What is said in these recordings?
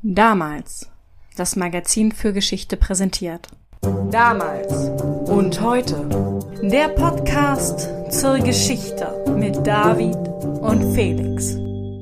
Damals. Das Magazin für Geschichte präsentiert. Damals und heute. Der Podcast zur Geschichte mit David und Felix.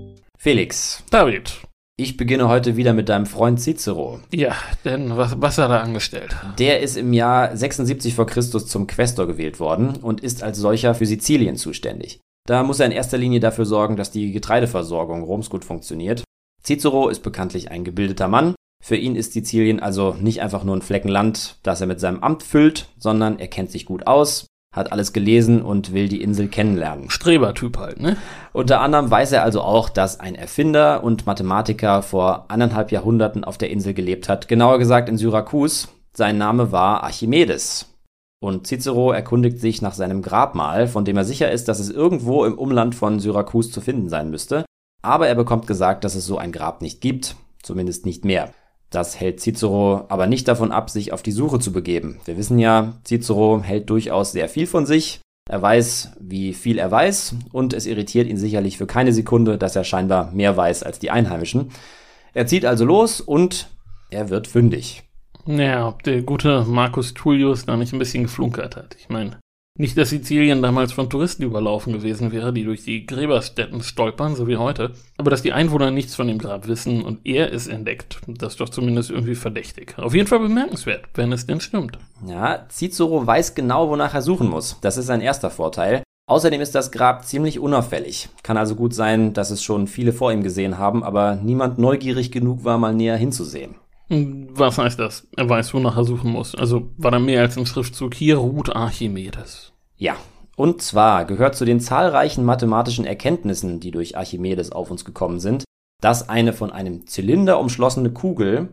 Felix. David. Ich beginne heute wieder mit deinem Freund Cicero. Ja, denn was hat er angestellt? Der ist im Jahr 76 vor Christus zum Quästor gewählt worden und ist als solcher für Sizilien zuständig. Da muss er in erster Linie dafür sorgen, dass die Getreideversorgung Roms gut funktioniert. Cicero ist bekanntlich ein gebildeter Mann. Für ihn ist Sizilien also nicht einfach nur ein Flecken Land, das er mit seinem Amt füllt, sondern er kennt sich gut aus, hat alles gelesen und will die Insel kennenlernen. Strebertyp halt, ne? Unter anderem weiß er also auch, dass ein Erfinder und Mathematiker vor 1,5 Jahrhunderten auf der Insel gelebt hat, genauer gesagt in Syrakus. Sein Name war Archimedes. Und Cicero erkundigt sich nach seinem Grabmal, von dem er sicher ist, dass es irgendwo im Umland von Syrakus zu finden sein müsste. Aber er bekommt gesagt, dass es so ein Grab nicht gibt, zumindest nicht mehr. Das hält Cicero aber nicht davon ab, sich auf die Suche zu begeben. Wir wissen ja, Cicero hält durchaus sehr viel von sich. Er weiß, wie viel er weiß, und es irritiert ihn sicherlich für keine Sekunde, dass er scheinbar mehr weiß als die Einheimischen. Er zieht also los und er wird fündig. Ja, ob der gute Marcus Tullius da nicht ein bisschen geflunkert hat. Ich meine, nicht, dass Sizilien damals von Touristen überlaufen gewesen wäre, die durch die Gräberstätten stolpern, so wie heute, aber dass die Einwohner nichts von dem Grab wissen und er es entdeckt, das ist doch zumindest irgendwie verdächtig. Auf jeden Fall bemerkenswert, wenn es denn stimmt. Ja, Cicero weiß genau, wonach er suchen muss. Das ist sein erster Vorteil. Außerdem ist das Grab ziemlich unauffällig. Kann also gut sein, dass es schon viele vor ihm gesehen haben, aber niemand neugierig genug war, mal näher hinzusehen. Was heißt das? Er weiß, wonach er suchen muss. Also war da mehr als im Schriftzug, hier ruht Archimedes. Ja, und zwar gehört zu den zahlreichen mathematischen Erkenntnissen, die durch Archimedes auf uns gekommen sind, dass eine von einem Zylinder umschlossene Kugel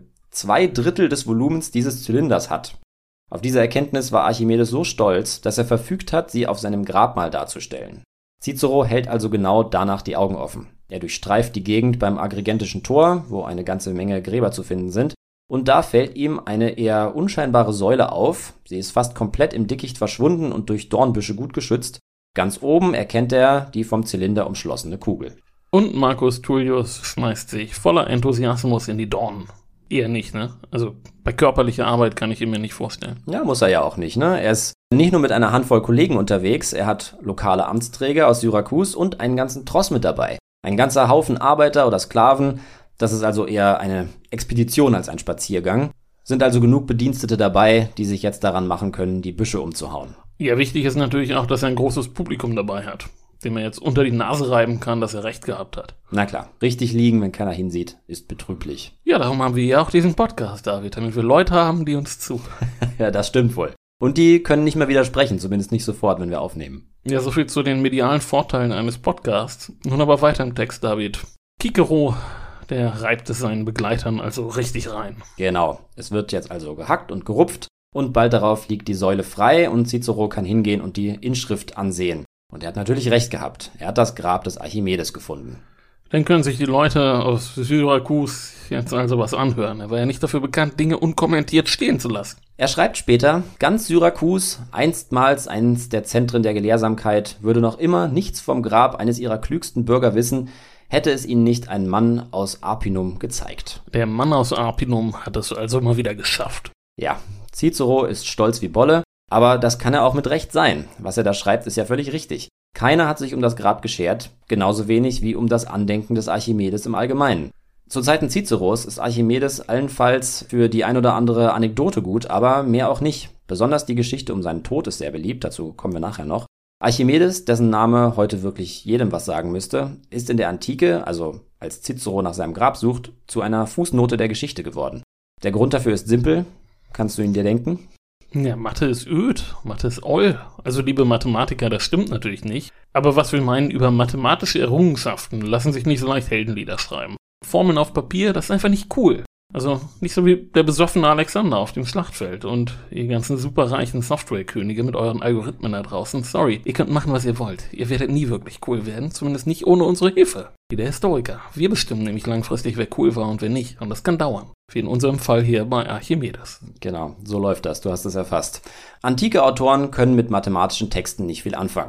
2/3 des Volumens dieses Zylinders hat. Auf diese Erkenntnis war Archimedes so stolz, dass er verfügt hat, sie auf seinem Grabmal darzustellen. Cicero hält also genau danach die Augen offen. Er durchstreift die Gegend beim Agrigentischen Tor, wo eine ganze Menge Gräber zu finden sind. Und da fällt ihm eine eher unscheinbare Säule auf. Sie ist fast komplett im Dickicht verschwunden und durch Dornbüsche gut geschützt. Ganz oben erkennt er die vom Zylinder umschlossene Kugel. Und Marcus Tullius schmeißt sich voller Enthusiasmus in die Dornen. Eher nicht, ne? Also bei körperlicher Arbeit kann ich ihn mir nicht vorstellen. Ja, muss er ja auch nicht, ne? Er ist nicht nur mit einer Handvoll Kollegen unterwegs, er hat lokale Amtsträger aus Syrakus und einen ganzen Tross mit dabei. Ein ganzer Haufen Arbeiter oder Sklaven. Das ist also eher eine Expedition als ein Spaziergang. Sind also genug Bedienstete dabei, die sich jetzt daran machen können, die Büsche umzuhauen. Ja, wichtig ist natürlich auch, dass er ein großes Publikum dabei hat, dem er jetzt unter die Nase reiben kann, dass er recht gehabt hat. Na klar, richtig liegen, wenn keiner hinsieht, ist betrüblich. Ja, darum haben wir ja auch diesen Podcast, David, damit wir Leute haben, die uns zu. Ja, das stimmt wohl. Und die können nicht mehr widersprechen, zumindest nicht sofort, wenn wir aufnehmen. Ja, so viel zu den medialen Vorteilen eines Podcasts. Nun aber weiter im Text, David. Cicero, der reibt es seinen Begleitern also richtig rein. Genau, es wird jetzt also gehackt und gerupft und bald darauf liegt die Säule frei und Cicero kann hingehen und die Inschrift ansehen. Und er hat natürlich recht gehabt. Er hat das Grab des Archimedes gefunden. Dann können sich die Leute aus Syrakus jetzt also was anhören. Er war ja nicht dafür bekannt, Dinge unkommentiert stehen zu lassen. Er schreibt später, ganz Syrakus, einstmals eines der Zentren der Gelehrsamkeit, würde noch immer nichts vom Grab eines ihrer klügsten Bürger wissen, hätte es ihnen nicht ein Mann aus Arpinum gezeigt. Der Mann aus Arpinum hat es also mal wieder geschafft. Ja, Cicero ist stolz wie Bolle, aber das kann er auch mit Recht sein. Was er da schreibt, ist ja völlig richtig. Keiner hat sich um das Grab geschert, genauso wenig wie um das Andenken des Archimedes im Allgemeinen. Zu Zeiten Ciceros ist Archimedes allenfalls für die ein oder andere Anekdote gut, aber mehr auch nicht. Besonders die Geschichte um seinen Tod ist sehr beliebt, dazu kommen wir nachher noch. Archimedes, dessen Name heute wirklich jedem was sagen müsste, ist in der Antike, also als Cicero nach seinem Grab sucht, zu einer Fußnote der Geschichte geworden. Der Grund dafür ist simpel. Kannst du ihn dir denken? Ja, Mathe ist öd, Mathe ist oll. Also liebe Mathematiker, das stimmt natürlich nicht. Aber was wir meinen über mathematische Errungenschaften, lassen sich nicht so leicht Heldenlieder schreiben. Formeln auf Papier, das ist einfach nicht cool. Also nicht so wie der besoffene Alexander auf dem Schlachtfeld und ihr ganzen superreichen Softwarekönige mit euren Algorithmen da draußen. Sorry, ihr könnt machen, was ihr wollt. Ihr werdet nie wirklich cool werden, zumindest nicht ohne unsere Hilfe. Wie der Historiker. Wir bestimmen nämlich langfristig, wer cool war und wer nicht. Und das kann dauern. Wie in unserem Fall hier bei Archimedes. Genau, so läuft das. Du hast es erfasst. Antike Autoren können mit mathematischen Texten nicht viel anfangen.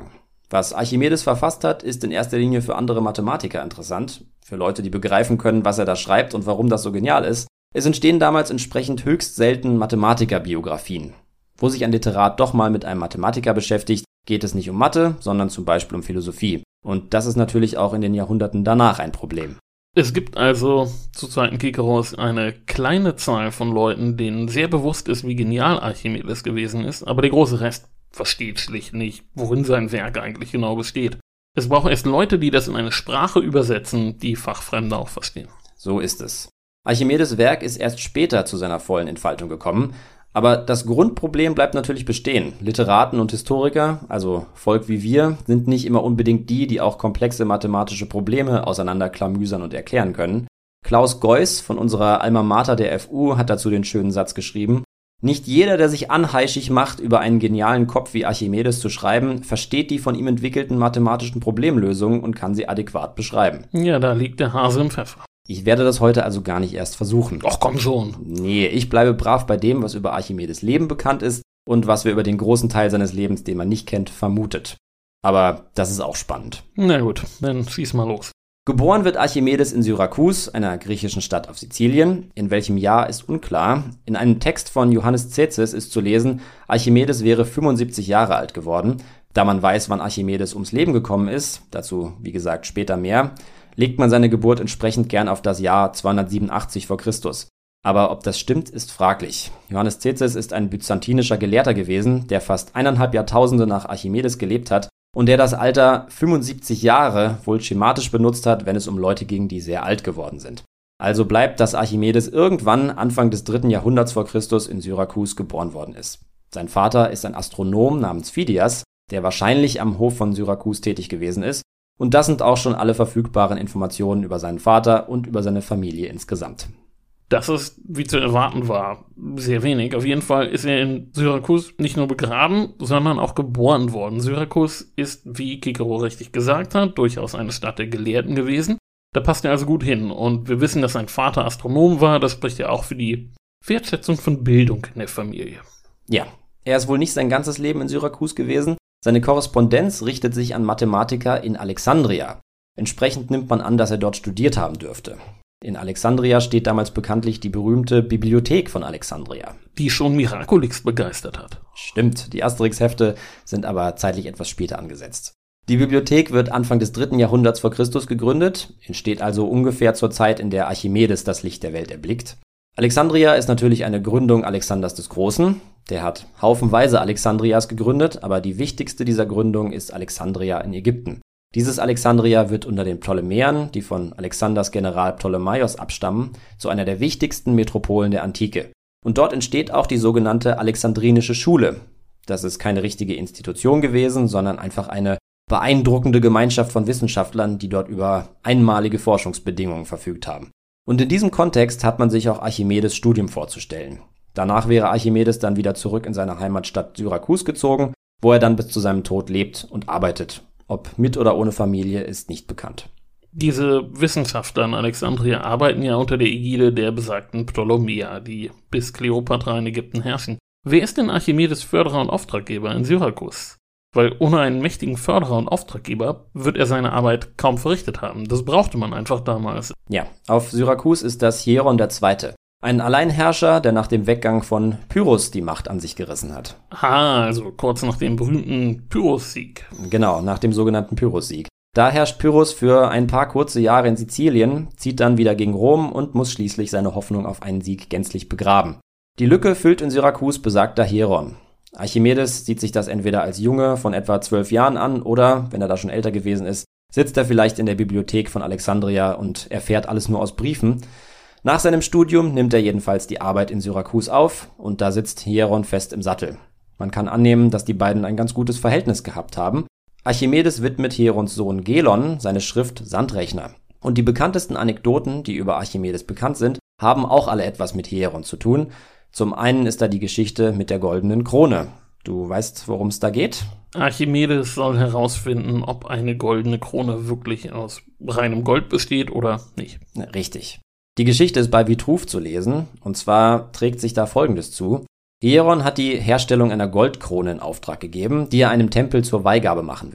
Was Archimedes verfasst hat, ist in erster Linie für andere Mathematiker interessant, für Leute, die begreifen können, was er da schreibt und warum das so genial ist. Es entstehen damals entsprechend höchst selten Mathematikerbiografien. Wo sich ein Literat doch mal mit einem Mathematiker beschäftigt, geht es nicht um Mathe, sondern zum Beispiel um Philosophie. Und das ist natürlich auch in den Jahrhunderten danach ein Problem. Es gibt also zu Zeiten Kikeros eine kleine Zahl von Leuten, denen sehr bewusst ist, wie genial Archimedes gewesen ist, aber der große Rest versteht schlicht nicht, worin sein Werk eigentlich genau besteht. Es braucht erst Leute, die das in eine Sprache übersetzen, die Fachfremde auch verstehen. So ist es. Archimedes Werk ist erst später zu seiner vollen Entfaltung gekommen, aber das Grundproblem bleibt natürlich bestehen. Literaten und Historiker, also Volk wie wir, sind nicht immer unbedingt die auch komplexe mathematische Probleme auseinanderklamüsern und erklären können. Klaus Geuss von unserer Alma Mater der FU hat dazu den schönen Satz geschrieben: Nicht jeder, der sich anheischig macht, über einen genialen Kopf wie Archimedes zu schreiben, versteht die von ihm entwickelten mathematischen Problemlösungen und kann sie adäquat beschreiben. Ja, da liegt der Hase im Pfeffer. Ich werde das heute also gar nicht erst versuchen. Ach komm schon. Nee, ich bleibe brav bei dem, was über Archimedes Leben bekannt ist und was wir über den großen Teil seines Lebens, den man nicht kennt, vermutet. Aber das ist auch spannend. Na gut, dann schieß mal los. Geboren wird Archimedes in Syrakus, einer griechischen Stadt auf Sizilien. In welchem Jahr ist unklar. In einem Text von Johannes Tzetzes ist zu lesen, Archimedes wäre 75 Jahre alt geworden. Da man weiß, wann Archimedes ums Leben gekommen ist, dazu wie gesagt später mehr, legt man seine Geburt entsprechend gern auf das Jahr 287 vor Christus. Aber ob das stimmt, ist fraglich. Johannes Tzetzes ist ein byzantinischer Gelehrter gewesen, der fast 1,5 Jahrtausende nach Archimedes gelebt hat und der das Alter 75 Jahre wohl schematisch benutzt hat, wenn es um Leute ging, die sehr alt geworden sind. Also bleibt, dass Archimedes irgendwann Anfang des 3. Jahrhunderts vor Christus in Syrakus geboren worden ist. Sein Vater ist ein Astronom namens Phidias, der wahrscheinlich am Hof von Syrakus tätig gewesen ist. Und das sind auch schon alle verfügbaren Informationen über seinen Vater und über seine Familie insgesamt. Das ist, wie zu erwarten war, sehr wenig. Auf jeden Fall ist er in Syrakus nicht nur begraben, sondern auch geboren worden. Syrakus ist, wie Kikero richtig gesagt hat, durchaus eine Stadt der Gelehrten gewesen. Da passt er also gut hin. Und wir wissen, dass sein Vater Astronom war. Das spricht ja auch für die Wertschätzung von Bildung in der Familie. Ja, er ist wohl nicht sein ganzes Leben in Syrakus gewesen. Seine Korrespondenz richtet sich an Mathematiker in Alexandria. Entsprechend nimmt man an, dass er dort studiert haben dürfte. In Alexandria steht damals bekanntlich die berühmte Bibliothek von Alexandria. Die schon Miraculix begeistert hat. Stimmt, die Asterix-Hefte sind aber zeitlich etwas später angesetzt. Die Bibliothek wird Anfang des 3. Jahrhunderts vor Christus gegründet, entsteht also ungefähr zur Zeit, in der Archimedes das Licht der Welt erblickt. Alexandria ist natürlich eine Gründung Alexanders des Großen. Der hat haufenweise Alexandrias gegründet, aber die wichtigste dieser Gründung ist Alexandria in Ägypten. Dieses Alexandria wird unter den Ptolemäern, die von Alexanders General Ptolemaios abstammen, zu einer der wichtigsten Metropolen der Antike. Und dort entsteht auch die sogenannte Alexandrinische Schule. Das ist keine richtige Institution gewesen, sondern einfach eine beeindruckende Gemeinschaft von Wissenschaftlern, die dort über einmalige Forschungsbedingungen verfügt haben. Und in diesem Kontext hat man sich auch Archimedes Studium vorzustellen. Danach wäre Archimedes dann wieder zurück in seine Heimatstadt Syrakus gezogen, wo er dann bis zu seinem Tod lebt und arbeitet. Ob mit oder ohne Familie ist nicht bekannt. Diese Wissenschaftler in Alexandria arbeiten ja unter der Ägide der besagten Ptolemäer, die bis Kleopatra in Ägypten herrschen. Wer ist denn Archimedes Förderer und Auftraggeber in Syrakus? Weil ohne einen mächtigen Förderer und Auftraggeber wird er seine Arbeit kaum verrichtet haben. Das brauchte man einfach damals. Ja, auf Syrakus ist das Hieron II., ein Alleinherrscher, der nach dem Weggang von Pyrrhus die Macht an sich gerissen hat. Also kurz nach dem berühmten Pyrrhus-Sieg. Genau, nach dem sogenannten Pyrrhus-Sieg. Da herrscht Pyrrhus für ein paar kurze Jahre in Sizilien, zieht dann wieder gegen Rom und muss schließlich seine Hoffnung auf einen Sieg gänzlich begraben. Die Lücke füllt in Syrakus besagter Hieron. Archimedes sieht sich das entweder als Junge von etwa 12 Jahren an oder, wenn er da schon älter gewesen ist, sitzt er vielleicht in der Bibliothek von Alexandria und erfährt alles nur aus Briefen. Nach seinem Studium nimmt er jedenfalls die Arbeit in Syrakus auf und da sitzt Hieron fest im Sattel. Man kann annehmen, dass die beiden ein ganz gutes Verhältnis gehabt haben. Archimedes widmet Hierons Sohn Gelon seine Schrift Sandrechner. Und die bekanntesten Anekdoten, die über Archimedes bekannt sind, haben auch alle etwas mit Hieron zu tun. Zum einen ist da die Geschichte mit der goldenen Krone. Du weißt, worum es da geht? Archimedes soll herausfinden, ob eine goldene Krone wirklich aus reinem Gold besteht oder nicht. Richtig. Die Geschichte ist bei Vitruv zu lesen, und zwar trägt sich da Folgendes zu. Hieron hat die Herstellung einer Goldkrone in Auftrag gegeben, die er einem Tempel zur Weihgabe machen will.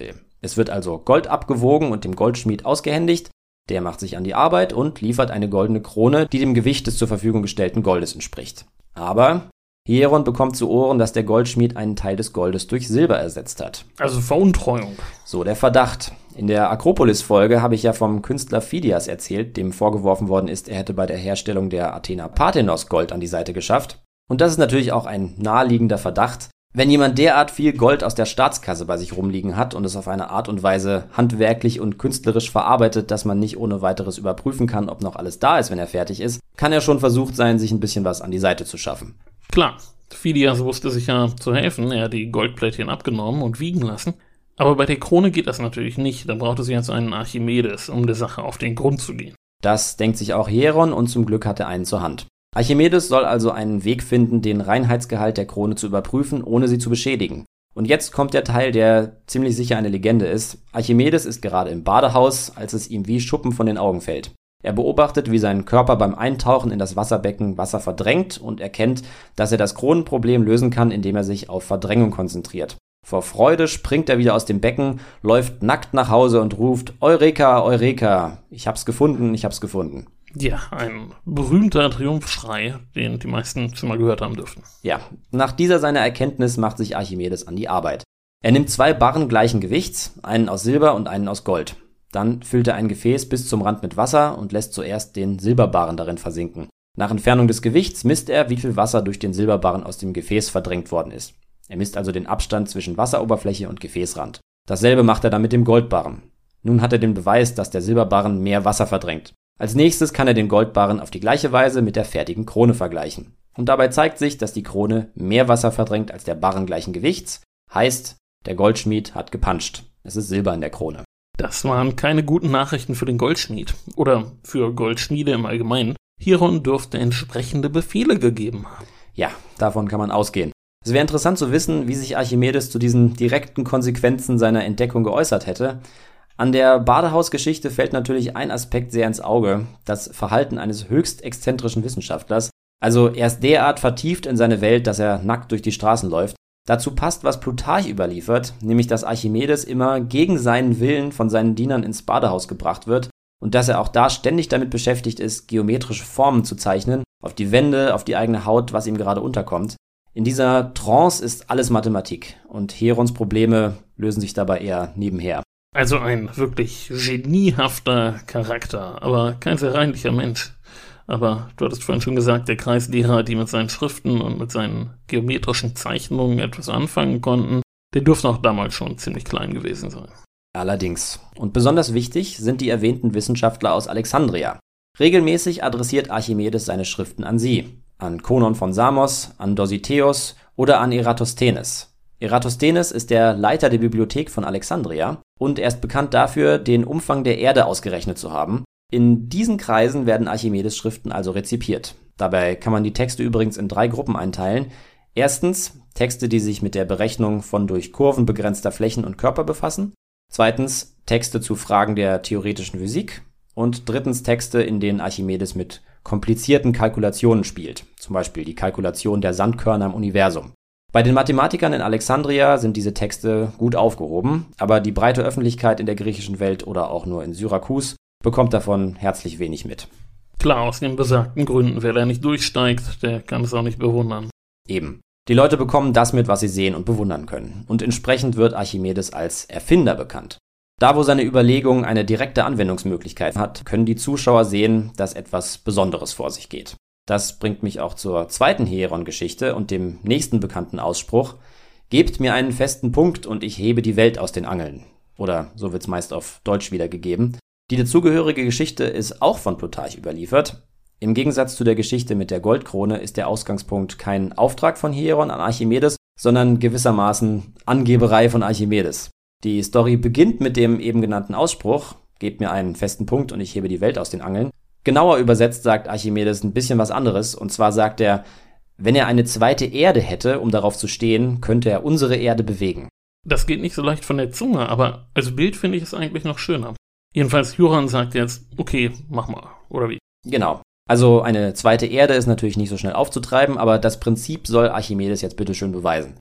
Es wird also Gold abgewogen und dem Goldschmied ausgehändigt. Der macht sich an die Arbeit und liefert eine goldene Krone, die dem Gewicht des zur Verfügung gestellten Goldes entspricht. Aber Hieron bekommt zu Ohren, dass der Goldschmied einen Teil des Goldes durch Silber ersetzt hat. Also Veruntreuung. So der Verdacht. In der Akropolis-Folge habe ich ja vom Künstler Phidias erzählt, dem vorgeworfen worden ist, er hätte bei der Herstellung der Athena Parthenos Gold an die Seite geschafft. Und das ist natürlich auch ein naheliegender Verdacht. Wenn jemand derart viel Gold aus der Staatskasse bei sich rumliegen hat und es auf eine Art und Weise handwerklich und künstlerisch verarbeitet, dass man nicht ohne weiteres überprüfen kann, ob noch alles da ist, wenn er fertig ist, kann er schon versucht sein, sich ein bisschen was an die Seite zu schaffen. Klar, Phidias wusste sich ja zu helfen, er hat die Goldplättchen abgenommen und wiegen lassen. Aber bei der Krone geht das natürlich nicht, da braucht es jetzt einen Archimedes, um der Sache auf den Grund zu gehen. Das denkt sich auch Hieron und zum Glück hat er einen zur Hand. Archimedes soll also einen Weg finden, den Reinheitsgehalt der Krone zu überprüfen, ohne sie zu beschädigen. Und jetzt kommt der Teil, der ziemlich sicher eine Legende ist. Archimedes ist gerade im Badehaus, als es ihm wie Schuppen von den Augen fällt. Er beobachtet, wie sein Körper beim Eintauchen in das Wasserbecken Wasser verdrängt und erkennt, dass er das Kronenproblem lösen kann, indem er sich auf Verdrängung konzentriert. Vor Freude springt er wieder aus dem Becken, läuft nackt nach Hause und ruft: Eureka, Eureka! Ich hab's gefunden, ich hab's gefunden. Ja, ein berühmter Triumphschrei, den die meisten schon mal gehört haben dürften. Ja, nach dieser seiner Erkenntnis macht sich Archimedes an die Arbeit. Er nimmt 2 Barren gleichen Gewichts, einen aus Silber und einen aus Gold. Dann füllt er ein Gefäß bis zum Rand mit Wasser und lässt zuerst den Silberbarren darin versinken. Nach Entfernung des Gewichts misst er, wie viel Wasser durch den Silberbarren aus dem Gefäß verdrängt worden ist. Er misst also den Abstand zwischen Wasseroberfläche und Gefäßrand. Dasselbe macht er dann mit dem Goldbarren. Nun hat er den Beweis, dass der Silberbarren mehr Wasser verdrängt. Als nächstes kann er den Goldbarren auf die gleiche Weise mit der fertigen Krone vergleichen. Und dabei zeigt sich, dass die Krone mehr Wasser verdrängt als der Barren gleichen Gewichts. Heißt, der Goldschmied hat gepanscht. Es ist Silber in der Krone. Das waren keine guten Nachrichten für den Goldschmied. Oder für Goldschmiede im Allgemeinen. Hieron dürfte entsprechende Befehle gegeben haben. Ja, davon kann man ausgehen. Es wäre interessant zu wissen, wie sich Archimedes zu diesen direkten Konsequenzen seiner Entdeckung geäußert hätte. An der Badehausgeschichte fällt natürlich ein Aspekt sehr ins Auge: das Verhalten eines höchst exzentrischen Wissenschaftlers. Also er ist derart vertieft in seine Welt, dass er nackt durch die Straßen läuft. Dazu passt, was Plutarch überliefert, nämlich dass Archimedes immer gegen seinen Willen von seinen Dienern ins Badehaus gebracht wird und dass er auch da ständig damit beschäftigt ist, geometrische Formen zu zeichnen, auf die Wände, auf die eigene Haut, was ihm gerade unterkommt. In dieser Trance ist alles Mathematik und Hierons Probleme lösen sich dabei eher nebenher. Also ein wirklich geniehafter Charakter, aber kein sehr reinlicher Mensch. Aber du hattest vorhin schon gesagt, der Kreis derer, die mit seinen Schriften und mit seinen geometrischen Zeichnungen etwas anfangen konnten, der dürfte auch damals schon ziemlich klein gewesen sein. Allerdings. Und besonders wichtig sind die erwähnten Wissenschaftler aus Alexandria. Regelmäßig adressiert Archimedes seine Schriften an sie, an Konon von Samos, an Dositeos oder an Eratosthenes. Eratosthenes ist der Leiter der Bibliothek von Alexandria und er ist bekannt dafür, den Umfang der Erde ausgerechnet zu haben. In diesen Kreisen werden Archimedes Schriften also rezipiert. Dabei kann man die Texte übrigens in 3 Gruppen einteilen. Erstens Texte, die sich mit der Berechnung von durch Kurven begrenzter Flächen und Körper befassen. Zweitens Texte zu Fragen der theoretischen Physik. Und drittens Texte, in denen Archimedes mit komplizierten Kalkulationen spielt. Zum Beispiel die Kalkulation der Sandkörner im Universum. Bei den Mathematikern in Alexandria sind diese Texte gut aufgehoben, aber die breite Öffentlichkeit in der griechischen Welt oder auch nur in Syrakus bekommt davon herzlich wenig mit. Klar, aus den besagten Gründen. Wer da nicht durchsteigt, der kann es auch nicht bewundern. Eben. Die Leute bekommen das mit, was sie sehen und bewundern können. Und entsprechend wird Archimedes als Erfinder bekannt. Da, wo seine Überlegung eine direkte Anwendungsmöglichkeit hat, können die Zuschauer sehen, dass etwas Besonderes vor sich geht. Das bringt mich auch zur zweiten Hieron-Geschichte und dem nächsten bekannten Ausspruch: Gebt mir einen festen Punkt und ich hebe die Welt aus den Angeln. Oder so wird's meist auf Deutsch wiedergegeben. Die dazugehörige Geschichte ist auch von Plutarch überliefert. Im Gegensatz zu der Geschichte mit der Goldkrone ist der Ausgangspunkt kein Auftrag von Hieron an Archimedes, sondern gewissermaßen Angeberei von Archimedes. Die Story beginnt mit dem eben genannten Ausspruch: Gebt mir einen festen Punkt und ich hebe die Welt aus den Angeln. Genauer übersetzt sagt Archimedes ein bisschen was anderes, und zwar sagt er, wenn er eine zweite Erde hätte, um darauf zu stehen, könnte er unsere Erde bewegen. Das geht nicht so leicht von der Zunge, aber als Bild finde ich es eigentlich noch schöner. Jedenfalls Hieron sagt jetzt, okay, mach mal, oder wie? Genau. Also eine zweite Erde ist natürlich nicht so schnell aufzutreiben, aber das Prinzip soll Archimedes jetzt bitteschön beweisen.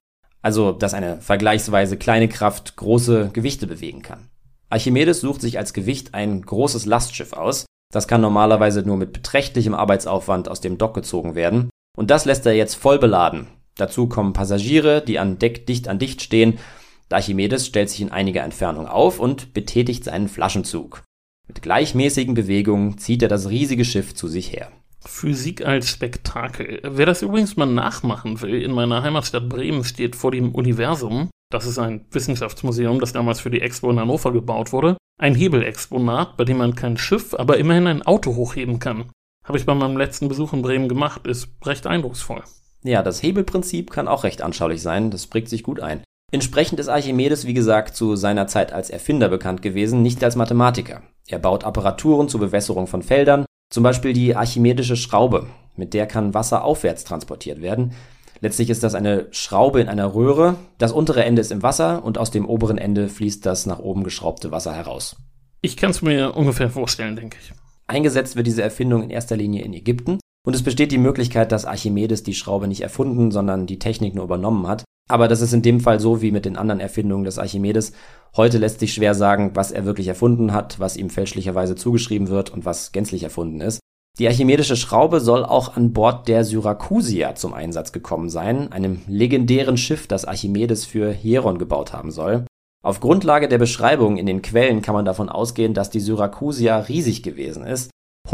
Also, dass eine vergleichsweise kleine Kraft große Gewichte bewegen kann. Archimedes sucht sich als Gewicht ein großes Lastschiff aus. Das kann normalerweise nur mit beträchtlichem Arbeitsaufwand aus dem Dock gezogen werden. Und das lässt er jetzt voll beladen. Dazu kommen Passagiere, die an Deck dicht an dicht stehen. Archimedes stellt sich in einiger Entfernung auf und betätigt seinen Flaschenzug. Mit gleichmäßigen Bewegungen zieht er das riesige Schiff zu sich her. Physik als Spektakel. Wer das übrigens mal nachmachen will, in meiner Heimatstadt Bremen steht vor dem Universum. Das ist ein Wissenschaftsmuseum, das damals für die Expo in Hannover gebaut wurde. Ein Hebelexponat, bei dem man kein Schiff, aber immerhin ein Auto hochheben kann. Habe ich bei meinem letzten Besuch in Bremen gemacht, ist recht eindrucksvoll. Ja, das Hebelprinzip kann auch recht anschaulich sein, das prägt sich gut ein. Entsprechend ist Archimedes, wie gesagt, zu seiner Zeit als Erfinder bekannt gewesen, nicht als Mathematiker. Er baut Apparaturen zur Bewässerung von Feldern, zum Beispiel die archimedische Schraube, mit der kann Wasser aufwärts transportiert werden. Letztlich ist das eine Schraube in einer Röhre, das untere Ende ist im Wasser und aus dem oberen Ende fließt das nach oben geschraubte Wasser heraus. Ich kann es mir ungefähr vorstellen, denke ich. Eingesetzt wird diese Erfindung in erster Linie in Ägypten und es besteht die Möglichkeit, dass Archimedes die Schraube nicht erfunden, sondern die Technik nur übernommen hat. Aber das ist in dem Fall so wie mit den anderen Erfindungen des Archimedes. Heute lässt sich schwer sagen, was er wirklich erfunden hat, was ihm fälschlicherweise zugeschrieben wird und was gänzlich erfunden ist. Die archimedische Schraube soll auch an Bord der Syrakusia zum Einsatz gekommen sein, einem legendären Schiff, das Archimedes für Hieron gebaut haben soll. Auf Grundlage der Beschreibung in den Quellen kann man davon ausgehen, dass die Syrakusia riesig gewesen ist.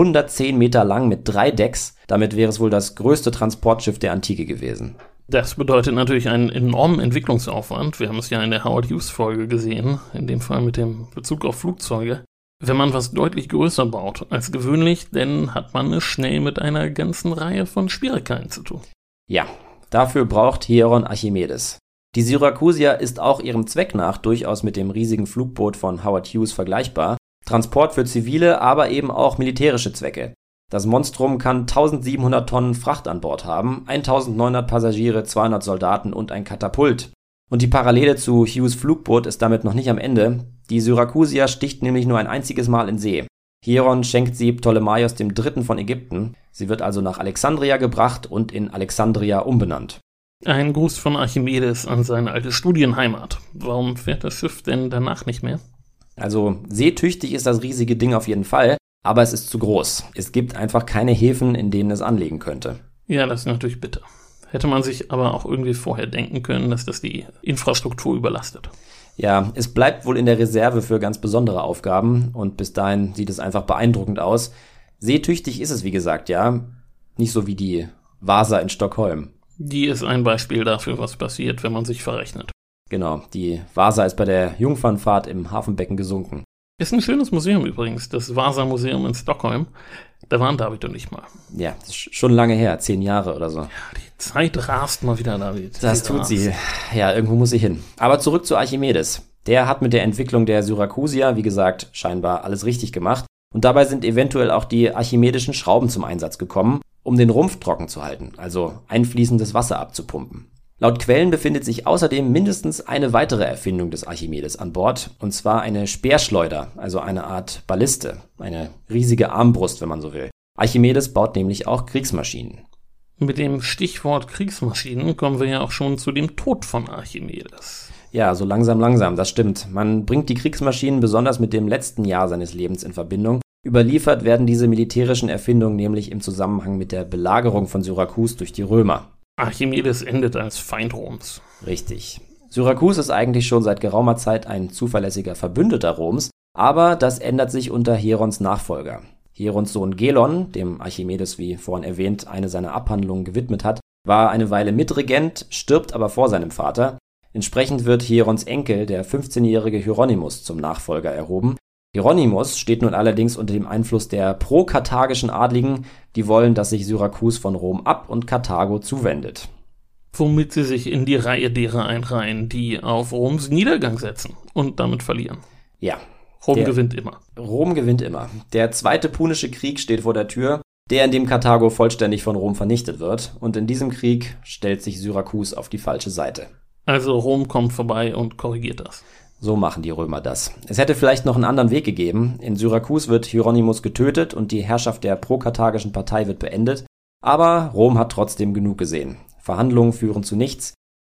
110 Meter lang mit 3 Decks, damit wäre es wohl das größte Transportschiff der Antike gewesen. Das bedeutet natürlich einen enormen Entwicklungsaufwand. Wir haben es ja in der Howard Hughes-Folge gesehen, in dem Fall mit dem Bezug auf Flugzeuge. Wenn man was deutlich größer baut als gewöhnlich, dann hat man es schnell mit einer ganzen Reihe von Schwierigkeiten zu tun. Ja, dafür braucht Hieron Archimedes. Die Syrakusia ist auch ihrem Zweck nach durchaus mit dem riesigen Flugboot von Howard Hughes vergleichbar. Transport für zivile, aber eben auch militärische Zwecke. Das Monstrum kann 1700 Tonnen Fracht an Bord haben, 1900 Passagiere, 200 Soldaten und ein Katapult. Und die Parallele zu Hughes Flugboot ist damit noch nicht am Ende. Die Syrakusia sticht nämlich nur ein einziges Mal in See. Hieron schenkt sie Ptolemaios III. Von Ägypten. Sie wird also nach Alexandria gebracht und in Alexandria umbenannt. Ein Gruß von Archimedes an seine alte Studienheimat. Warum fährt das Schiff denn danach nicht mehr? Also seetüchtig ist das riesige Ding auf jeden Fall, aber es ist zu groß. Es gibt einfach keine Häfen, in denen es anlegen könnte. Ja, das ist natürlich bitter. Hätte man sich aber auch irgendwie vorher denken können, dass das die Infrastruktur überlastet. Ja, es bleibt wohl in der Reserve für ganz besondere Aufgaben und bis dahin sieht es einfach beeindruckend aus. Seetüchtig ist es, wie gesagt, ja. Nicht so wie die Vasa in Stockholm. Die ist ein Beispiel dafür, was passiert, wenn man sich verrechnet. Genau, die Vasa ist bei der Jungfernfahrt im Hafenbecken gesunken. Ist ein schönes Museum übrigens, das Vasa-Museum in Stockholm. Da waren David und ich mal. Ja, das ist schon lange her, 10 Jahre oder so. Ja, die Zeit rast mal wieder, David. Das tut sie. Ja, irgendwo muss sie hin. Aber zurück zu Archimedes. Der hat mit der Entwicklung der Syrakusia, wie gesagt, scheinbar alles richtig gemacht. Und dabei sind eventuell auch die archimedischen Schrauben zum Einsatz gekommen, um den Rumpf trocken zu halten, also einfließendes Wasser abzupumpen. Laut Quellen befindet sich außerdem mindestens eine weitere Erfindung des Archimedes an Bord, und zwar eine Speerschleuder, also eine Art Balliste, eine riesige Armbrust, wenn man so will. Archimedes baut nämlich auch Kriegsmaschinen. Mit dem Stichwort Kriegsmaschinen kommen wir ja auch schon zu dem Tod von Archimedes. Ja, so langsam, das stimmt. Man bringt die Kriegsmaschinen besonders mit dem letzten Jahr seines Lebens in Verbindung. Überliefert werden diese militärischen Erfindungen nämlich im Zusammenhang mit der Belagerung von Syrakus durch die Römer. Archimedes endet als Feind Roms. Richtig. Syrakus ist eigentlich schon seit geraumer Zeit ein zuverlässiger Verbündeter Roms, aber das ändert sich unter Hierons Nachfolger. Hierons Sohn Gelon, dem Archimedes wie vorhin erwähnt eine seiner Abhandlungen gewidmet hat, war eine Weile Mitregent, stirbt aber vor seinem Vater. Entsprechend wird Hierons Enkel, der 15-jährige Hieronymus, zum Nachfolger erhoben. Hieronymus steht nun allerdings unter dem Einfluss der pro-karthagischen Adligen, die wollen, dass sich Syrakus von Rom ab und Karthago zuwendet. Womit sie sich in die Reihe derer einreihen, die auf Roms Niedergang setzen und damit verlieren. Ja. Rom gewinnt immer. Rom gewinnt immer. Der Zweite Punische Krieg steht vor der Tür, der in dem Karthago vollständig von Rom vernichtet wird. Und in diesem Krieg stellt sich Syrakus auf die falsche Seite. Also Rom kommt vorbei und korrigiert das. So machen die Römer das. Es hätte vielleicht noch einen anderen Weg gegeben. In Syrakus wird Hieronymus getötet und die Herrschaft der pro-karthagischen Partei wird beendet. Aber Rom hat trotzdem genug gesehen. Verhandlungen führen zu nichts.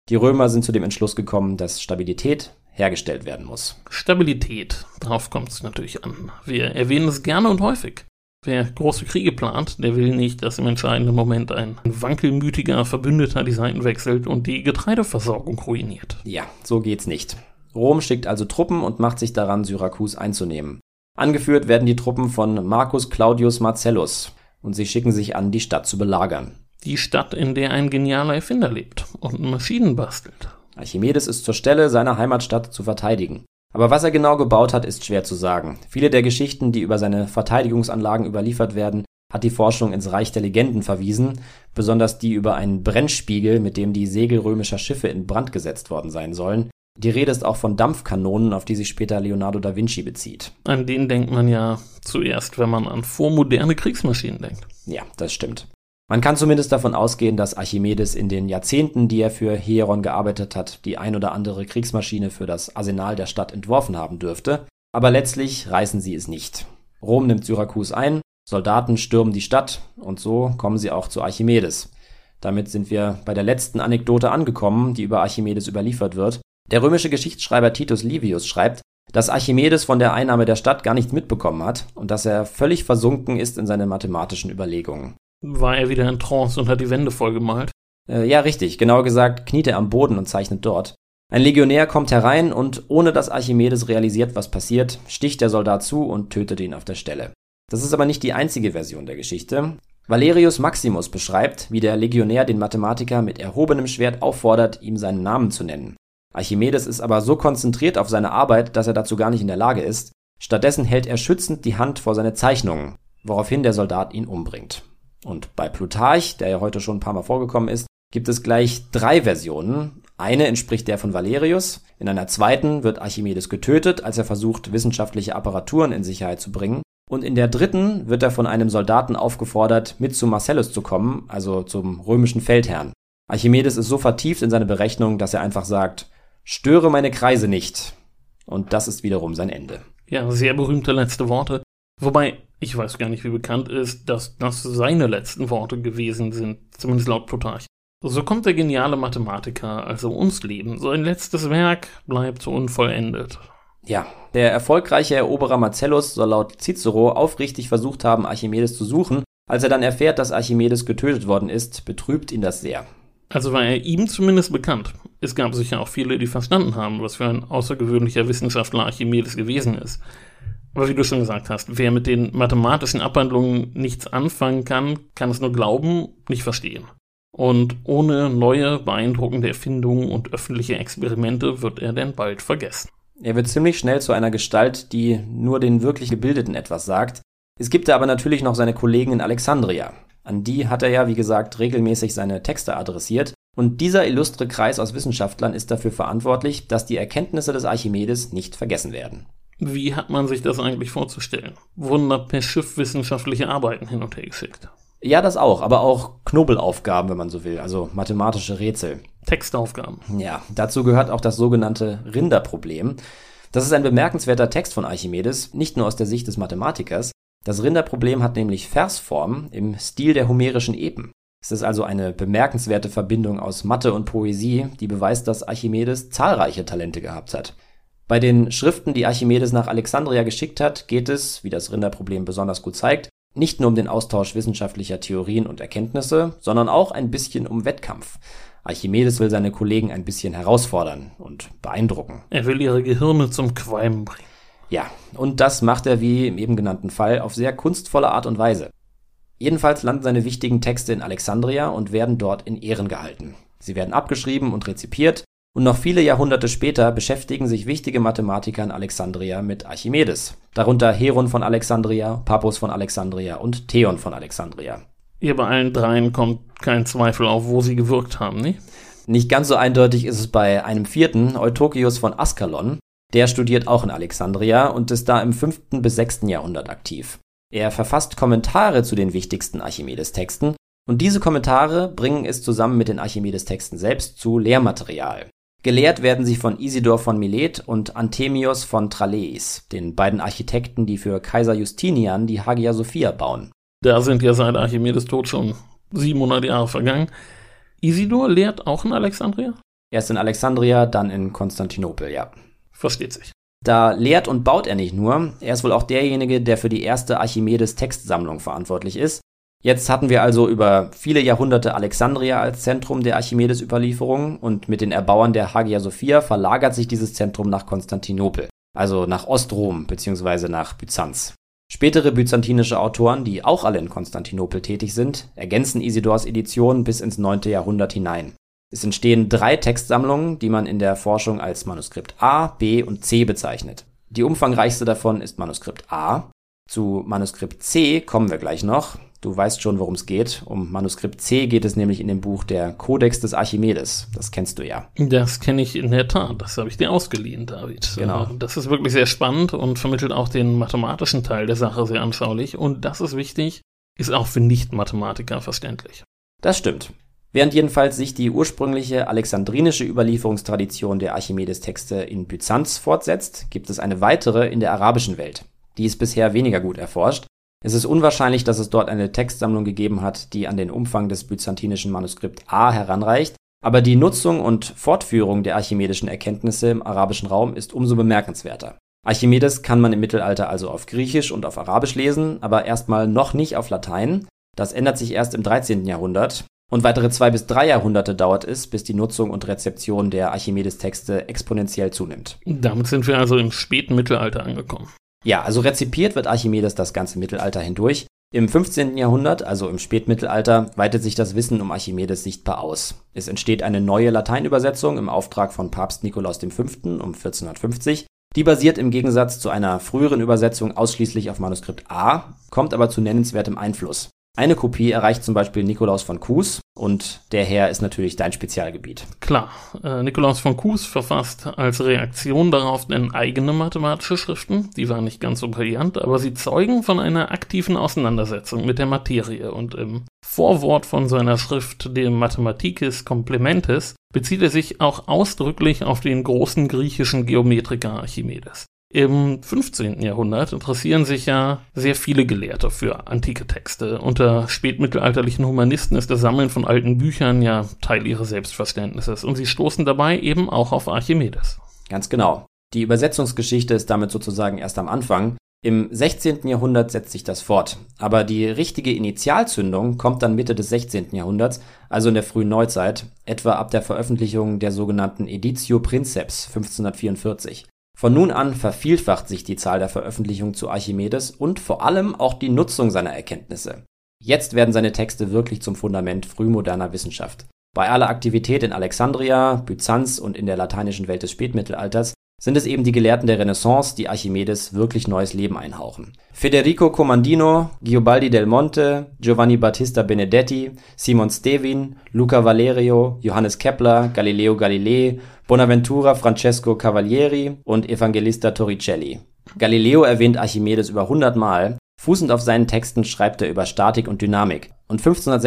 Die Römer sind zu dem Entschluss gekommen, dass Stabilität hergestellt werden muss. Stabilität, darauf kommt es natürlich an. Wir erwähnen es gerne und häufig. Wer große Kriege plant, der will nicht, dass im entscheidenden Moment ein wankelmütiger Verbündeter die Seiten wechselt und die Getreideversorgung ruiniert. Ja, so geht's nicht. Rom schickt also Truppen und macht sich daran, Syrakus einzunehmen. Angeführt werden die Truppen von Marcus Claudius Marcellus und sie schicken sich an, die Stadt zu belagern. Die Stadt, in der ein genialer Erfinder lebt und Maschinen bastelt. Archimedes ist zur Stelle, seine Heimatstadt zu verteidigen. Aber was er genau gebaut hat, ist schwer zu sagen. Viele der Geschichten, die über seine Verteidigungsanlagen überliefert werden, hat die Forschung ins Reich der Legenden verwiesen, besonders die über einen Brennspiegel, mit dem die Segel römischer Schiffe in Brand gesetzt worden sein sollen. Die Rede ist auch von Dampfkanonen, auf die sich später Leonardo da Vinci bezieht. An den denkt man ja zuerst, wenn man an vormoderne Kriegsmaschinen denkt. Ja, das stimmt. Man kann zumindest davon ausgehen, dass Archimedes in den Jahrzehnten, die er für Hieron gearbeitet hat, die ein oder andere Kriegsmaschine für das Arsenal der Stadt entworfen haben dürfte. Aber letztlich reißen sie es nicht. Rom nimmt Syrakus ein, Soldaten stürmen die Stadt und so kommen sie auch zu Archimedes. Damit sind wir bei der letzten Anekdote angekommen, die über Archimedes überliefert wird. Der römische Geschichtsschreiber Titus Livius schreibt, dass Archimedes von der Einnahme der Stadt gar nichts mitbekommen hat und dass er völlig versunken ist in seine mathematischen Überlegungen. War er wieder in Trance und hat die Wände vollgemalt? Ja, richtig. Genauer gesagt kniet er am Boden und zeichnet dort. Ein Legionär kommt herein und ohne dass Archimedes realisiert, was passiert, sticht der Soldat zu und tötet ihn auf der Stelle. Das ist aber nicht die einzige Version der Geschichte. Valerius Maximus beschreibt, wie der Legionär den Mathematiker mit erhobenem Schwert auffordert, ihm seinen Namen zu nennen. Archimedes ist aber so konzentriert auf seine Arbeit, dass er dazu gar nicht in der Lage ist. Stattdessen hält er schützend die Hand vor seine Zeichnungen, woraufhin der Soldat ihn umbringt. Und bei Plutarch, der ja heute schon ein paar Mal vorgekommen ist, gibt es gleich 3 Versionen. Eine entspricht der von Valerius. In einer zweiten wird Archimedes getötet, als er versucht, wissenschaftliche Apparaturen in Sicherheit zu bringen. Und in der dritten wird er von einem Soldaten aufgefordert, mit zu Marcellus zu kommen, also zum römischen Feldherrn. Archimedes ist so vertieft in seine Berechnung, dass er einfach sagt, störe meine Kreise nicht. Und das ist wiederum sein Ende. Ja, sehr berühmte letzte Worte. Wobei, ich weiß gar nicht, wie bekannt ist, dass das seine letzten Worte gewesen sind, zumindest laut Plutarch. So kommt der geniale Mathematiker also ums Leben. Sein letztes Werk bleibt unvollendet. Ja, der erfolgreiche Eroberer Marcellus soll laut Cicero aufrichtig versucht haben, Archimedes zu suchen. Als er dann erfährt, dass Archimedes getötet worden ist, betrübt ihn das sehr. Also war er ihm zumindest bekannt. Es gab sicher auch viele, die verstanden haben, was für ein außergewöhnlicher Wissenschaftler Archimedes gewesen ist. Aber wie du schon gesagt hast, wer mit den mathematischen Abhandlungen nichts anfangen kann, kann es nur glauben, nicht verstehen. Und ohne neue, beeindruckende Erfindungen und öffentliche Experimente wird er denn bald vergessen. Er wird ziemlich schnell zu einer Gestalt, die nur den wirklich Gebildeten etwas sagt. Es gibt da aber natürlich noch seine Kollegen in Alexandria. An die hat er ja, wie gesagt, regelmäßig seine Texte adressiert. Und dieser illustre Kreis aus Wissenschaftlern ist dafür verantwortlich, dass die Erkenntnisse des Archimedes nicht vergessen werden. Wie hat man sich das eigentlich vorzustellen? Wurden da per Schiff wissenschaftliche Arbeiten hin und her geschickt? Ja, das auch, aber auch Knobelaufgaben, wenn man so will, also mathematische Rätsel. Textaufgaben. Ja, dazu gehört auch das sogenannte Rinderproblem. Das ist ein bemerkenswerter Text von Archimedes, nicht nur aus der Sicht des Mathematikers. Das Rinderproblem hat nämlich Versform im Stil der homerischen Epen. Es ist also eine bemerkenswerte Verbindung aus Mathe und Poesie, die beweist, dass Archimedes zahlreiche Talente gehabt hat. Bei den Schriften, die Archimedes nach Alexandria geschickt hat, geht es, wie das Rinderproblem besonders gut zeigt, nicht nur um den Austausch wissenschaftlicher Theorien und Erkenntnisse, sondern auch ein bisschen um Wettkampf. Archimedes will seine Kollegen ein bisschen herausfordern und beeindrucken. Er will ihre Gehirne zum Qualmen bringen. Ja, und das macht er wie im eben genannten Fall auf sehr kunstvolle Art und Weise. Jedenfalls landen seine wichtigen Texte in Alexandria und werden dort in Ehren gehalten. Sie werden abgeschrieben und rezipiert und noch viele Jahrhunderte später beschäftigen sich wichtige Mathematiker in Alexandria mit Archimedes. Darunter Heron von Alexandria, Pappus von Alexandria und Theon von Alexandria. Hier bei allen dreien kommt kein Zweifel auf, wo sie gewirkt haben, nicht? Nicht ganz so eindeutig ist es bei einem vierten, Eutokius von Askalon. Der studiert auch in Alexandria und ist da im 5. bis 6. Jahrhundert aktiv. Er verfasst Kommentare zu den wichtigsten Archimedes-Texten und diese Kommentare bringen es zusammen mit den Archimedes-Texten selbst zu Lehrmaterial. Gelehrt werden sie von Isidor von Milet und Anthemios von Tralleis, den beiden Architekten, die für Kaiser Justinian die Hagia Sophia bauen. Da sind ja seit Archimedes Tod schon 700 Jahre vergangen. Isidor lehrt auch in Alexandria? Erst in Alexandria, dann in Konstantinopel, ja. Versteht sich. Da lehrt und baut er nicht nur, er ist wohl auch derjenige, der für die erste Archimedes-Textsammlung verantwortlich ist. Jetzt hatten wir also über viele Jahrhunderte Alexandria als Zentrum der Archimedes-Überlieferung und mit den Erbauern der Hagia Sophia verlagert sich dieses Zentrum nach Konstantinopel, also nach Ostrom bzw. nach Byzanz. Spätere byzantinische Autoren, die auch alle in Konstantinopel tätig sind, ergänzen Isidors Edition bis ins 9. Jahrhundert hinein. Es entstehen 3 Textsammlungen, die man in der Forschung als Manuskript A, B und C bezeichnet. Die umfangreichste davon ist Manuskript A. Zu Manuskript C kommen wir gleich noch. Du weißt schon, worum es geht. Um Manuskript C geht es nämlich in dem Buch der Kodex des Archimedes. Das kennst du ja. Das kenne ich in der Tat. Das habe ich dir ausgeliehen, David. Genau. Das ist wirklich sehr spannend und vermittelt auch den mathematischen Teil der Sache sehr anschaulich. Und das ist wichtig, ist auch für Nicht-Mathematiker verständlich. Das stimmt. Während jedenfalls sich die ursprüngliche alexandrinische Überlieferungstradition der Archimedes-Texte in Byzanz fortsetzt, gibt es eine weitere in der arabischen Welt. Die ist bisher weniger gut erforscht. Es ist unwahrscheinlich, dass es dort eine Textsammlung gegeben hat, die an den Umfang des byzantinischen Manuskript A heranreicht, aber die Nutzung und Fortführung der archimedischen Erkenntnisse im arabischen Raum ist umso bemerkenswerter. Archimedes kann man im Mittelalter also auf Griechisch und auf Arabisch lesen, aber erstmal noch nicht auf Latein. Das ändert sich erst im 13. Jahrhundert. Und weitere 2 bis 3 Jahrhunderte dauert es, bis die Nutzung und Rezeption der Archimedes-Texte exponentiell zunimmt. Damit sind wir also im späten Mittelalter angekommen. Ja, also rezipiert wird Archimedes das ganze Mittelalter hindurch. Im 15. Jahrhundert, also im Spätmittelalter, weitet sich das Wissen um Archimedes sichtbar aus. Es entsteht eine neue Lateinübersetzung im Auftrag von Papst Nikolaus V. um 1450. Die basiert im Gegensatz zu einer früheren Übersetzung ausschließlich auf Manuskript A, kommt aber zu nennenswertem Einfluss. Eine Kopie erreicht zum Beispiel Nikolaus von Kues und der Herr ist natürlich dein Spezialgebiet. Klar, Nikolaus von Kues verfasst als Reaktion darauf eigene mathematische Schriften. Die waren nicht ganz so brillant, aber sie zeugen von einer aktiven Auseinandersetzung mit der Materie. Und im Vorwort von seiner Schrift, dem Mathematikis Complementis, bezieht er sich auch ausdrücklich auf den großen griechischen Geometriker Archimedes. Im 15. Jahrhundert interessieren sich ja sehr viele Gelehrte für antike Texte. Unter spätmittelalterlichen Humanisten ist das Sammeln von alten Büchern ja Teil ihres Selbstverständnisses und sie stoßen dabei eben auch auf Archimedes. Ganz genau. Die Übersetzungsgeschichte ist damit sozusagen erst am Anfang. Im 16. Jahrhundert setzt sich das fort. Aber die richtige Initialzündung kommt dann Mitte des 16. Jahrhunderts, also in der frühen Neuzeit, etwa ab der Veröffentlichung der sogenannten Editio Princeps 1544. Von nun an vervielfacht sich die Zahl der Veröffentlichungen zu Archimedes und vor allem auch die Nutzung seiner Erkenntnisse. Jetzt werden seine Texte wirklich zum Fundament frühmoderner Wissenschaft. Bei aller Aktivität in Alexandria, Byzanz und in der lateinischen Welt des Spätmittelalters sind es eben die Gelehrten der Renaissance, die Archimedes wirklich neues Leben einhauchen. Federico Comandino, Giobaldi del Monte, Giovanni Battista Benedetti, Simon Stevin, Luca Valerio, Johannes Kepler, Galileo Galilei, Bonaventura Francesco Cavalieri und Evangelista Torricelli. Galileo erwähnt Archimedes über 100 Mal. Fußend auf seinen Texten schreibt er über Statik und Dynamik. Und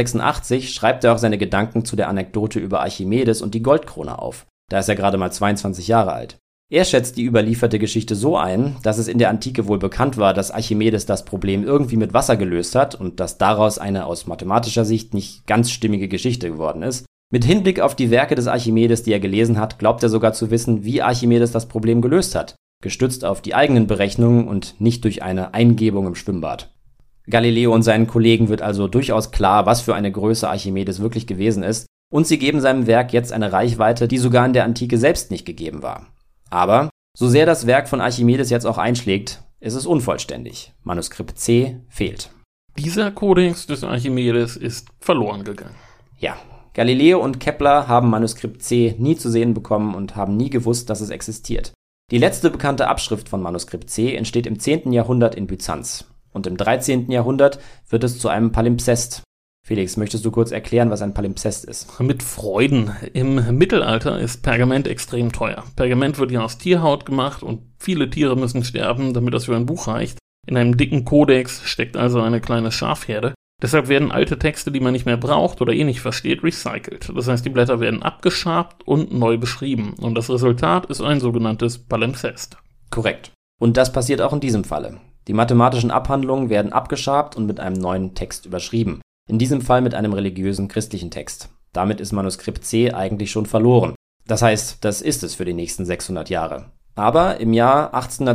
1586 schreibt er auch seine Gedanken zu der Anekdote über Archimedes und die Goldkrone auf. Da ist er gerade mal 22 Jahre alt. Er schätzt die überlieferte Geschichte so ein, dass es in der Antike wohl bekannt war, dass Archimedes das Problem irgendwie mit Wasser gelöst hat und dass daraus eine aus mathematischer Sicht nicht ganz stimmige Geschichte geworden ist. Mit Hinblick auf die Werke des Archimedes, die er gelesen hat, glaubt er sogar zu wissen, wie Archimedes das Problem gelöst hat, gestützt auf die eigenen Berechnungen und nicht durch eine Eingebung im Schwimmbad. Galileo und seinen Kollegen wird also durchaus klar, was für eine Größe Archimedes wirklich gewesen ist, und sie geben seinem Werk jetzt eine Reichweite, die sogar in der Antike selbst nicht gegeben war. Aber, so sehr das Werk von Archimedes jetzt auch einschlägt, ist es unvollständig. Manuskript C fehlt. Dieser Kodex des Archimedes ist verloren gegangen. Ja, Galileo und Kepler haben Manuskript C nie zu sehen bekommen und haben nie gewusst, dass es existiert. Die letzte bekannte Abschrift von Manuskript C entsteht im 10. Jahrhundert in Byzanz. Und im 13. Jahrhundert wird es zu einem Palimpsest. Felix, möchtest du kurz erklären, was ein Palimpsest ist? Mit Freuden. Im Mittelalter ist Pergament extrem teuer. Pergament wird ja aus Tierhaut gemacht und viele Tiere müssen sterben, damit das für ein Buch reicht. In einem dicken Kodex steckt also eine kleine Schafherde. Deshalb werden alte Texte, die man nicht mehr braucht oder nicht versteht, recycelt. Das heißt, die Blätter werden abgeschabt und neu beschrieben. Und das Resultat ist ein sogenanntes Palimpsest. Korrekt. Und das passiert auch in diesem Falle. Die mathematischen Abhandlungen werden abgeschabt und mit einem neuen Text überschrieben. In diesem Fall mit einem religiösen christlichen Text. Damit ist Manuskript C eigentlich schon verloren. Das heißt, das ist es für die nächsten 600 Jahre. Aber im Jahr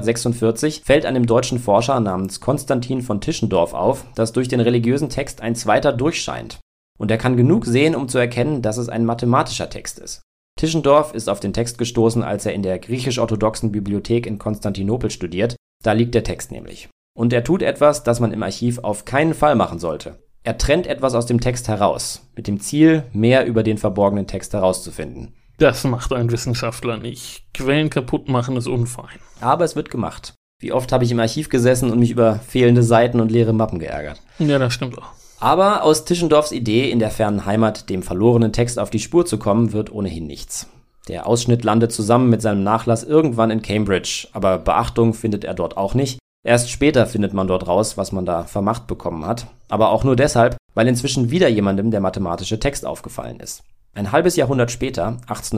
1846 fällt einem deutschen Forscher namens Konstantin von Tischendorf auf, dass durch den religiösen Text ein zweiter durchscheint. Und er kann genug sehen, um zu erkennen, dass es ein mathematischer Text ist. Tischendorf ist auf den Text gestoßen, als er in der griechisch-orthodoxen Bibliothek in Konstantinopel studiert. Da liegt der Text nämlich. Und er tut etwas, das man im Archiv auf keinen Fall machen sollte. Er trennt etwas aus dem Text heraus, mit dem Ziel, mehr über den verborgenen Text herauszufinden. Das macht ein Wissenschaftler nicht. Quellen kaputt machen ist unfein. Aber es wird gemacht. Wie oft habe ich im Archiv gesessen und mich über fehlende Seiten und leere Mappen geärgert. Ja, das stimmt auch. Aber aus Tischendorfs Idee, in der fernen Heimat dem verlorenen Text auf die Spur zu kommen, wird ohnehin nichts. Der Ausschnitt landet zusammen mit seinem Nachlass irgendwann in Cambridge, aber Beachtung findet er dort auch nicht. Erst später findet man dort raus, was man da vermacht bekommen hat. Aber auch nur deshalb, weil inzwischen wieder jemandem der mathematische Text aufgefallen ist. Ein halbes Jahrhundert später,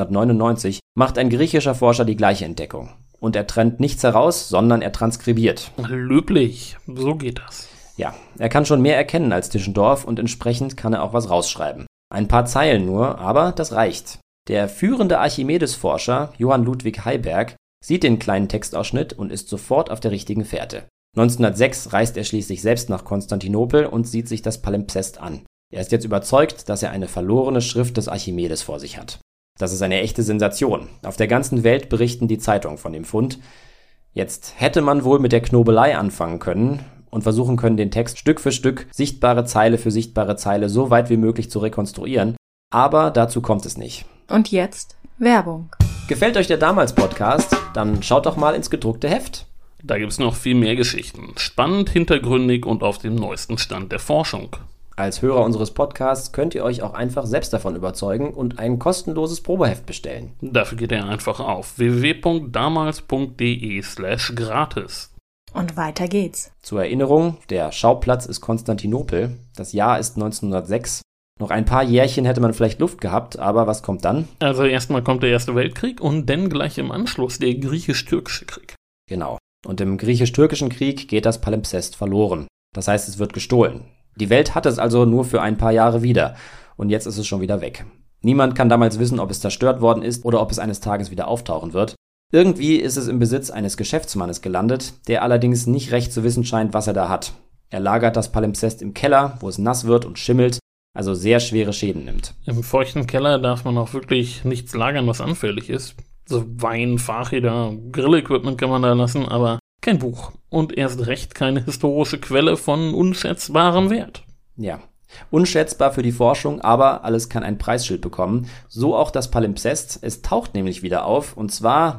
1899, macht ein griechischer Forscher die gleiche Entdeckung. Und er trennt nichts heraus, sondern er transkribiert. Löblich, so geht das. Ja, er kann schon mehr erkennen als Tischendorf und entsprechend kann er auch was rausschreiben. Ein paar Zeilen nur, aber das reicht. Der führende Archimedes-Forscher, Johann Ludwig Heiberg, sieht den kleinen Textausschnitt und ist sofort auf der richtigen Fährte. 1906 reist er schließlich selbst nach Konstantinopel und sieht sich das Palimpsest an. Er ist jetzt überzeugt, dass er eine verlorene Schrift des Archimedes vor sich hat. Das ist eine echte Sensation. Auf der ganzen Welt berichten die Zeitungen von dem Fund. Jetzt hätte man wohl mit der Knobelei anfangen können und versuchen können, den Text Stück für Stück, sichtbare Zeile für sichtbare Zeile so weit wie möglich zu rekonstruieren. Aber dazu kommt es nicht. Und jetzt Werbung. Gefällt euch der Damals-Podcast? Dann schaut doch mal ins gedruckte Heft. Da gibt's noch viel mehr Geschichten. Spannend, hintergründig und auf dem neuesten Stand der Forschung. Als Hörer unseres Podcasts könnt ihr euch auch einfach selbst davon überzeugen und ein kostenloses Probeheft bestellen. Dafür geht ihr einfach auf www.damals.de/gratis. Und weiter geht's. Zur Erinnerung, der Schauplatz ist Konstantinopel. Das Jahr ist 1906. Noch ein paar Jährchen hätte man vielleicht Luft gehabt, aber was kommt dann? Also erstmal kommt der Erste Weltkrieg und dann gleich im Anschluss der griechisch-türkische Krieg. Genau. Und im griechisch-türkischen Krieg geht das Palimpsest verloren. Das heißt, es wird gestohlen. Die Welt hat es also nur für ein paar Jahre wieder. Und jetzt ist es schon wieder weg. Niemand kann damals wissen, ob es zerstört worden ist oder ob es eines Tages wieder auftauchen wird. Irgendwie ist es im Besitz eines Geschäftsmannes gelandet, der allerdings nicht recht zu wissen scheint, was er da hat. Er lagert das Palimpsest im Keller, wo es nass wird und schimmelt, also sehr schwere Schäden nimmt. Im feuchten Keller darf man auch wirklich nichts lagern, was anfällig ist. So Wein, Fahrräder, Grillequipment kann man da lassen, aber kein Buch. Und erst recht keine historische Quelle von unschätzbarem Wert. Ja, unschätzbar für die Forschung, aber alles kann ein Preisschild bekommen. So auch das Palimpsest. Es taucht nämlich wieder auf, und zwar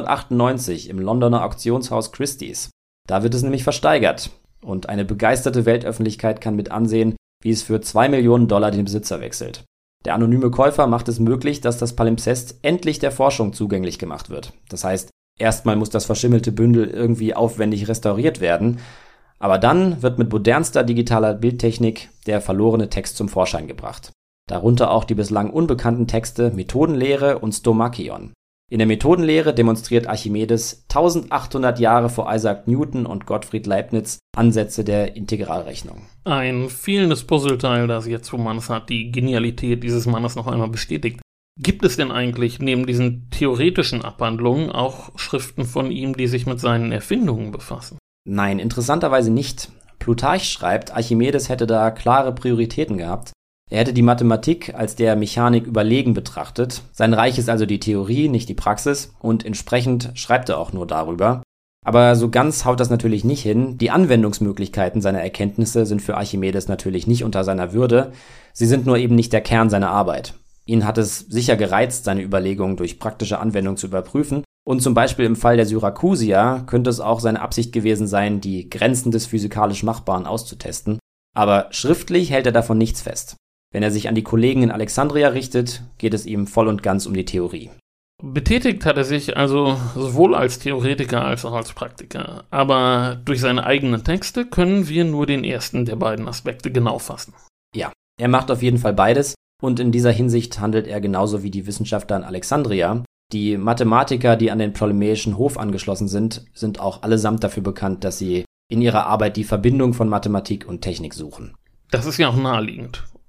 1998 im Londoner Auktionshaus Christie's. Da wird es nämlich versteigert. Und eine begeisterte Weltöffentlichkeit kann mit ansehen, wie es für $2 Millionen den Besitzer wechselt. Der anonyme Käufer macht es möglich, dass das Palimpsest endlich der Forschung zugänglich gemacht wird. Das heißt, erstmal muss das verschimmelte Bündel irgendwie aufwendig restauriert werden, aber dann wird mit modernster digitaler Bildtechnik der verlorene Text zum Vorschein gebracht. Darunter auch die bislang unbekannten Texte Methodenlehre und Stomachion. In der Methodenlehre demonstriert Archimedes 1800 Jahre vor Isaac Newton und Gottfried Leibniz Ansätze der Integralrechnung. Ein fehlendes Puzzleteil, das jetzt, wo man es hat, die Genialität dieses Mannes noch einmal bestätigt. Gibt es denn eigentlich neben diesen theoretischen Abhandlungen auch Schriften von ihm, die sich mit seinen Erfindungen befassen? Nein, interessanterweise nicht. Plutarch schreibt, Archimedes hätte da klare Prioritäten gehabt. Er hätte die Mathematik als der Mechanik überlegen betrachtet. Sein Reich ist also die Theorie, nicht die Praxis, und entsprechend schreibt er auch nur darüber. Aber so ganz haut das natürlich nicht hin. Die Anwendungsmöglichkeiten seiner Erkenntnisse sind für Archimedes natürlich nicht unter seiner Würde. Sie sind nur eben nicht der Kern seiner Arbeit. Ihn hat es sicher gereizt, seine Überlegungen durch praktische Anwendung zu überprüfen. Und zum Beispiel im Fall der Syrakusier könnte es auch seine Absicht gewesen sein, die Grenzen des physikalisch Machbaren auszutesten. Aber schriftlich hält er davon nichts fest. Wenn er sich an die Kollegen in Alexandria richtet, geht es ihm voll und ganz um die Theorie. Betätigt hat er sich also sowohl als Theoretiker als auch als Praktiker. Aber durch seine eigenen Texte können wir nur den ersten der beiden Aspekte genau fassen. Ja, er macht auf jeden Fall beides. Und in dieser Hinsicht handelt er genauso wie die Wissenschaftler in Alexandria. Die Mathematiker, die an den ptolemäischen Hof angeschlossen sind, sind auch allesamt dafür bekannt, dass sie in ihrer Arbeit die Verbindung von Mathematik und Technik suchen. Das ist ja auch naheliegend.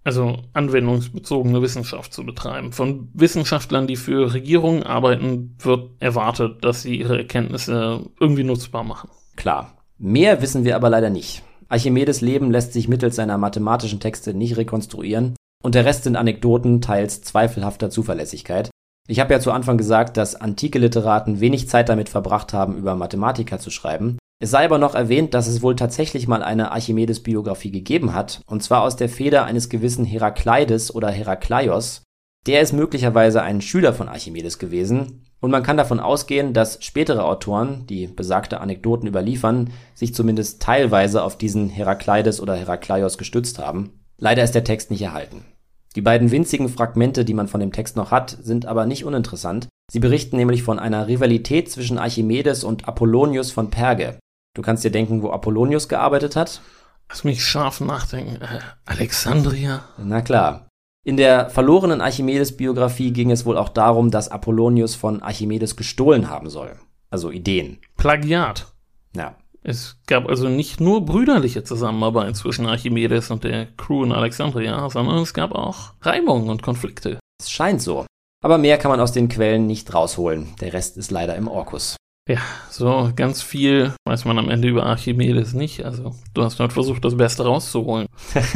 Also anwendungsbezogene Wissenschaft zu betreiben. Von Wissenschaftlern, die für Regierungen arbeiten, wird erwartet, dass sie ihre Erkenntnisse irgendwie nutzbar machen. Klar. Mehr wissen wir aber leider nicht. Archimedes' Leben lässt sich mittels seiner mathematischen Texte nicht rekonstruieren und der Rest sind Anekdoten teils zweifelhafter Zuverlässigkeit. Ich habe ja zu Anfang gesagt, dass antike Literaten wenig Zeit damit verbracht haben, über Mathematiker zu schreiben. Es sei aber noch erwähnt, dass es wohl tatsächlich mal eine Archimedes-Biografie gegeben hat, und zwar aus der Feder eines gewissen Herakleides oder Herakleios. Der ist möglicherweise ein Schüler von Archimedes gewesen, und man kann davon ausgehen, dass spätere Autoren, die besagte Anekdoten überliefern, sich zumindest teilweise auf diesen Herakleides oder Herakleios gestützt haben. Leider ist der Text nicht erhalten. Die beiden winzigen Fragmente, die man von dem Text noch hat, sind aber nicht uninteressant. Sie berichten nämlich von einer Rivalität zwischen Archimedes und Apollonius von Perge. Du kannst dir denken, wo Apollonius gearbeitet hat? Lass mich scharf nachdenken. Alexandria? Na klar. In der verlorenen Archimedes-Biografie ging es wohl auch darum, dass Apollonius von Archimedes gestohlen haben soll. Also Ideen. Plagiat. Ja. Es gab also nicht nur brüderliche Zusammenarbeit zwischen Archimedes und der Crew in Alexandria, sondern es gab auch Reibungen und Konflikte. Es scheint so. Aber mehr kann man aus den Quellen nicht rausholen. Der Rest ist leider im Orkus. Ja, so ganz viel weiß man am Ende über Archimedes nicht. Also du hast halt versucht, das Beste rauszuholen.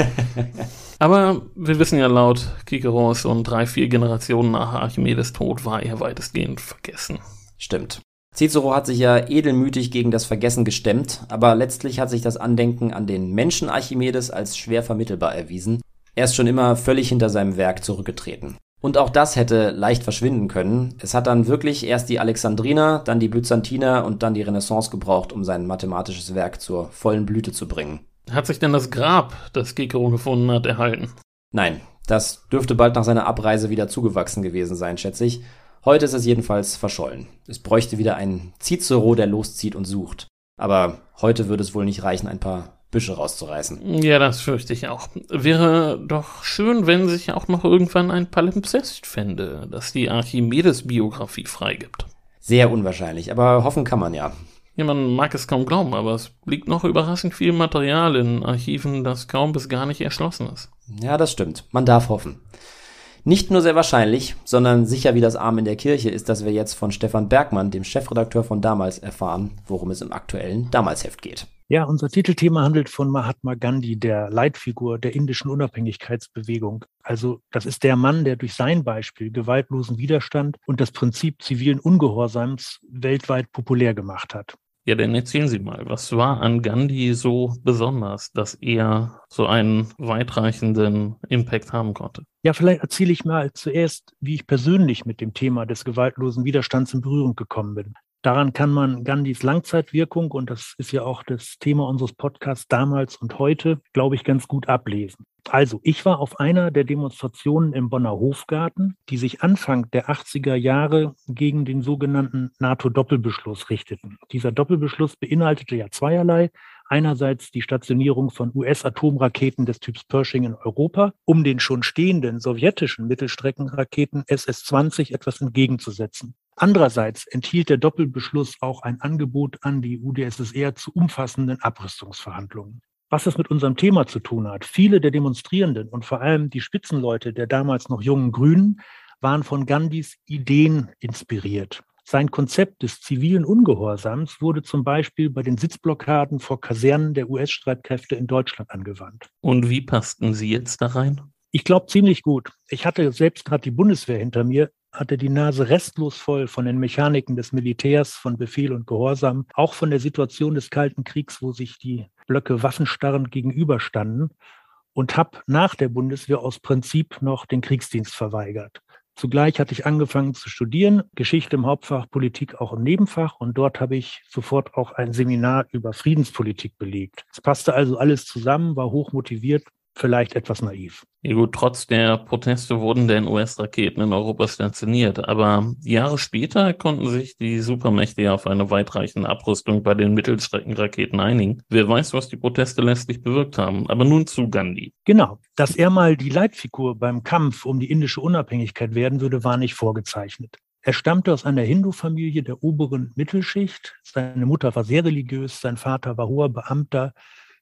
Aber wir wissen ja laut Kikeros, und 3-4 Generationen nach Archimedes Tod war er weitestgehend vergessen. Stimmt. Cicero hat sich ja edelmütig gegen das Vergessen gestemmt, aber letztlich hat sich das Andenken an den Menschen Archimedes als schwer vermittelbar erwiesen. Er ist schon immer völlig hinter seinem Werk zurückgetreten. Und auch das hätte leicht verschwinden können. Es hat dann wirklich erst die Alexandriner, dann die Byzantiner und dann die Renaissance gebraucht, um sein mathematisches Werk zur vollen Blüte zu bringen. Hat sich denn das Grab, das Cicero gefunden hat, erhalten? Nein, das dürfte bald nach seiner Abreise wieder zugewachsen gewesen sein, schätze ich. Heute ist es jedenfalls verschollen. Es bräuchte wieder einen Cicero, der loszieht und sucht. Aber heute würde es wohl nicht reichen, ein paar Büsche rauszureißen. Ja, das fürchte ich auch. Wäre doch schön, wenn sich auch noch irgendwann ein Palimpsest fände, das die Archimedes-Biografie freigibt. Sehr unwahrscheinlich, aber hoffen kann man ja. Ja, man mag es kaum glauben, aber es liegt noch überraschend viel Material in Archiven, das kaum bis gar nicht erschlossen ist. Ja, das stimmt. Man darf hoffen. Nicht nur sehr wahrscheinlich, sondern sicher wie das Amen in der Kirche ist, dass wir jetzt von Stefan Bergmann, dem Chefredakteur von Damals, erfahren, worum es im aktuellen Damalsheft geht. Ja, unser Titelthema handelt von Mahatma Gandhi, der Leitfigur der indischen Unabhängigkeitsbewegung. Also das ist der Mann, der durch sein Beispiel gewaltlosen Widerstand und das Prinzip zivilen Ungehorsams weltweit populär gemacht hat. Ja, dann erzählen Sie mal, was war an Gandhi so besonders, dass er so einen weitreichenden Impact haben konnte? Ja, vielleicht erzähle ich mal zuerst, wie ich persönlich mit dem Thema des gewaltlosen Widerstands in Berührung gekommen bin. Daran kann man Gandhis Langzeitwirkung, und das ist ja auch das Thema unseres Podcasts damals und heute, glaube ich, ganz gut ablesen. Also, ich war auf einer der Demonstrationen im Bonner Hofgarten, die sich Anfang der 80er Jahre gegen den sogenannten NATO-Doppelbeschluss richteten. Dieser Doppelbeschluss beinhaltete ja zweierlei. Einerseits die Stationierung von US-Atomraketen des Typs Pershing in Europa, um den schon stehenden sowjetischen Mittelstreckenraketen SS-20 etwas entgegenzusetzen. Andererseits enthielt der Doppelbeschluss auch ein Angebot an die UdSSR zu umfassenden Abrüstungsverhandlungen. Was das mit unserem Thema zu tun hat: Viele der Demonstrierenden und vor allem die Spitzenleute der damals noch jungen Grünen waren von Gandhis Ideen inspiriert. Sein Konzept des zivilen Ungehorsams wurde zum Beispiel bei den Sitzblockaden vor Kasernen der US-Streitkräfte in Deutschland angewandt. Und wie passten Sie jetzt da rein? Ich glaube ziemlich gut. Ich hatte selbst gerade die Bundeswehr hinter mir, hatte die Nase restlos voll von den Mechaniken des Militärs, von Befehl und Gehorsam, auch von der Situation des Kalten Kriegs, wo sich die Blöcke waffenstarrend gegenüberstanden, und habe nach der Bundeswehr aus Prinzip noch den Kriegsdienst verweigert. Zugleich hatte ich angefangen zu studieren, Geschichte im Hauptfach, Politik auch im Nebenfach, und dort habe ich sofort auch ein Seminar über Friedenspolitik belegt. Es passte also alles zusammen, war hochmotiviert, vielleicht etwas naiv. Ja gut, trotz der Proteste wurden denn US-Raketen in Europa stationiert, aber Jahre später konnten sich die Supermächte ja auf eine weitreichende Abrüstung bei den Mittelstreckenraketen einigen. Wer weiß, was die Proteste letztlich bewirkt haben. Aber nun zu Gandhi. Genau, dass er mal die Leitfigur beim Kampf um die indische Unabhängigkeit werden würde, war nicht vorgezeichnet. Er stammte aus einer Hindu-Familie der oberen Mittelschicht. Seine Mutter war sehr religiös, sein Vater war hoher Beamter.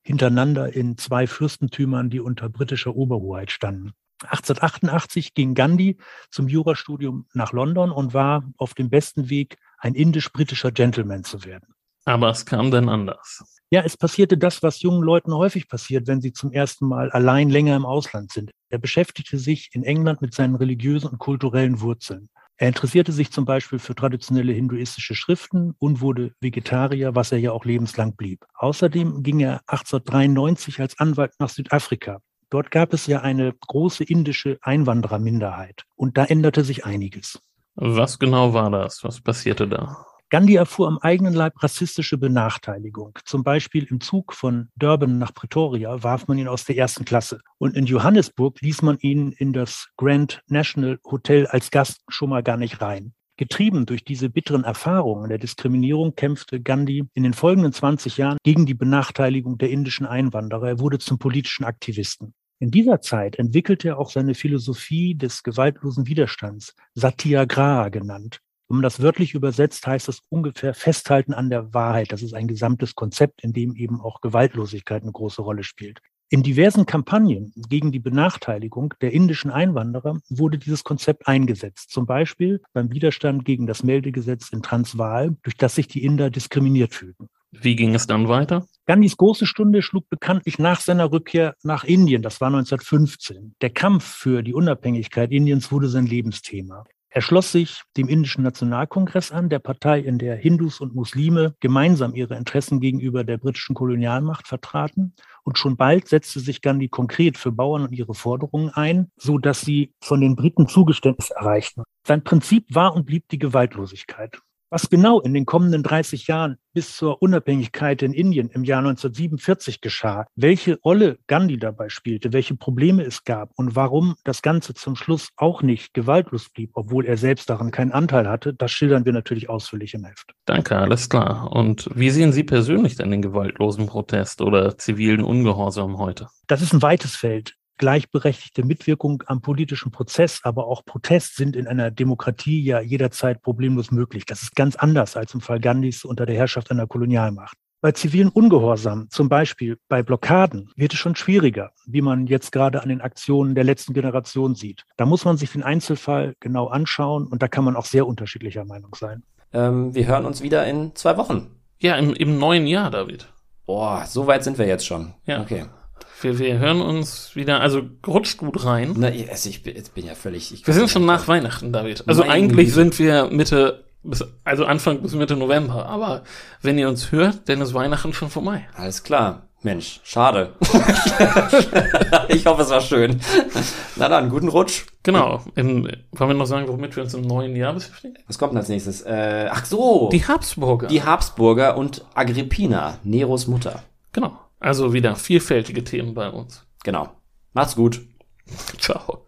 hintereinander in 2 Fürstentümern, die unter britischer Oberhoheit standen. 1888 ging Gandhi zum Jurastudium nach London und war auf dem besten Weg, ein indisch-britischer Gentleman zu werden. Aber es kam dann anders. Ja, es passierte das, was jungen Leuten häufig passiert, wenn sie zum ersten Mal allein länger im Ausland sind. Er beschäftigte sich in England mit seinen religiösen und kulturellen Wurzeln. Er interessierte sich zum Beispiel für traditionelle hinduistische Schriften und wurde Vegetarier, was er ja auch lebenslang blieb. Außerdem ging er 1893 als Anwalt nach Südafrika. Dort gab es ja eine große indische Einwandererminderheit und da änderte sich einiges. Was genau war das? Was passierte da? Gandhi erfuhr am eigenen Leib rassistische Benachteiligung. Zum Beispiel im Zug von Durban nach Pretoria warf man ihn aus der 1. Klasse. Und in Johannesburg ließ man ihn in das Grand National Hotel als Gast schon mal gar nicht rein. Getrieben durch diese bitteren Erfahrungen der Diskriminierung kämpfte Gandhi in den folgenden 20 Jahren gegen die Benachteiligung der indischen Einwanderer. Er wurde zum politischen Aktivisten. In dieser Zeit entwickelte er auch seine Philosophie des gewaltlosen Widerstands, Satyagraha genannt. Wenn man das wörtlich übersetzt, heißt das ungefähr Festhalten an der Wahrheit. Das ist ein gesamtes Konzept, in dem eben auch Gewaltlosigkeit eine große Rolle spielt. In diversen Kampagnen gegen die Benachteiligung der indischen Einwanderer wurde dieses Konzept eingesetzt. Zum Beispiel beim Widerstand gegen das Meldegesetz in Transvaal, durch das sich die Inder diskriminiert fühlten. Wie ging es dann weiter? Gandhis große Stunde schlug bekanntlich nach seiner Rückkehr nach Indien. Das war 1915. Der Kampf für die Unabhängigkeit Indiens wurde sein Lebensthema. Er schloss sich dem Indischen Nationalkongress an, der Partei, in der Hindus und Muslime gemeinsam ihre Interessen gegenüber der britischen Kolonialmacht vertraten. Und schon bald setzte sich Gandhi konkret für Bauern und ihre Forderungen ein, so dass sie von den Briten Zugeständnis erreichten. Sein Prinzip war und blieb die Gewaltlosigkeit. Was genau in den kommenden 30 Jahren bis zur Unabhängigkeit in Indien im Jahr 1947 geschah, welche Rolle Gandhi dabei spielte, welche Probleme es gab und warum das Ganze zum Schluss auch nicht gewaltlos blieb, obwohl er selbst daran keinen Anteil hatte, das schildern wir natürlich ausführlich im Heft. Danke, alles klar. Und wie sehen Sie persönlich denn den gewaltlosen Protest oder zivilen Ungehorsam heute? Das ist ein weites Feld. Gleichberechtigte Mitwirkung am politischen Prozess, aber auch Protest sind in einer Demokratie ja jederzeit problemlos möglich. Das ist ganz anders als im Fall Gandhis unter der Herrschaft einer Kolonialmacht. Bei zivilen Ungehorsam, zum Beispiel bei Blockaden, wird es schon schwieriger, wie man jetzt gerade an den Aktionen der letzten Generation sieht. Da muss man sich den Einzelfall genau anschauen und da kann man auch sehr unterschiedlicher Meinung sein. Wir hören uns wieder in 2 Wochen. Ja, im neuen Jahr, David. Boah, so weit sind wir jetzt schon. Ja. Okay. Wir hören uns wieder, also rutscht gut rein. Na, also ich bin ja völlig... Wir sind schon nach Weihnachten, David. Also eigentlich sind wir Anfang bis Mitte November. Aber wenn ihr uns hört, dann ist Weihnachten schon vorbei. Alles klar. Mensch, schade. Ich hoffe, es war schön. Na dann, guten Rutsch. Genau. Wollen wir noch sagen, womit wir uns im neuen Jahr beschäftigen? Was kommt denn als nächstes? Ach so. Die Habsburger. Die Habsburger und Agrippina, Neros Mutter. Genau. Also wieder vielfältige Themen bei uns. Genau. Macht's gut. Ciao.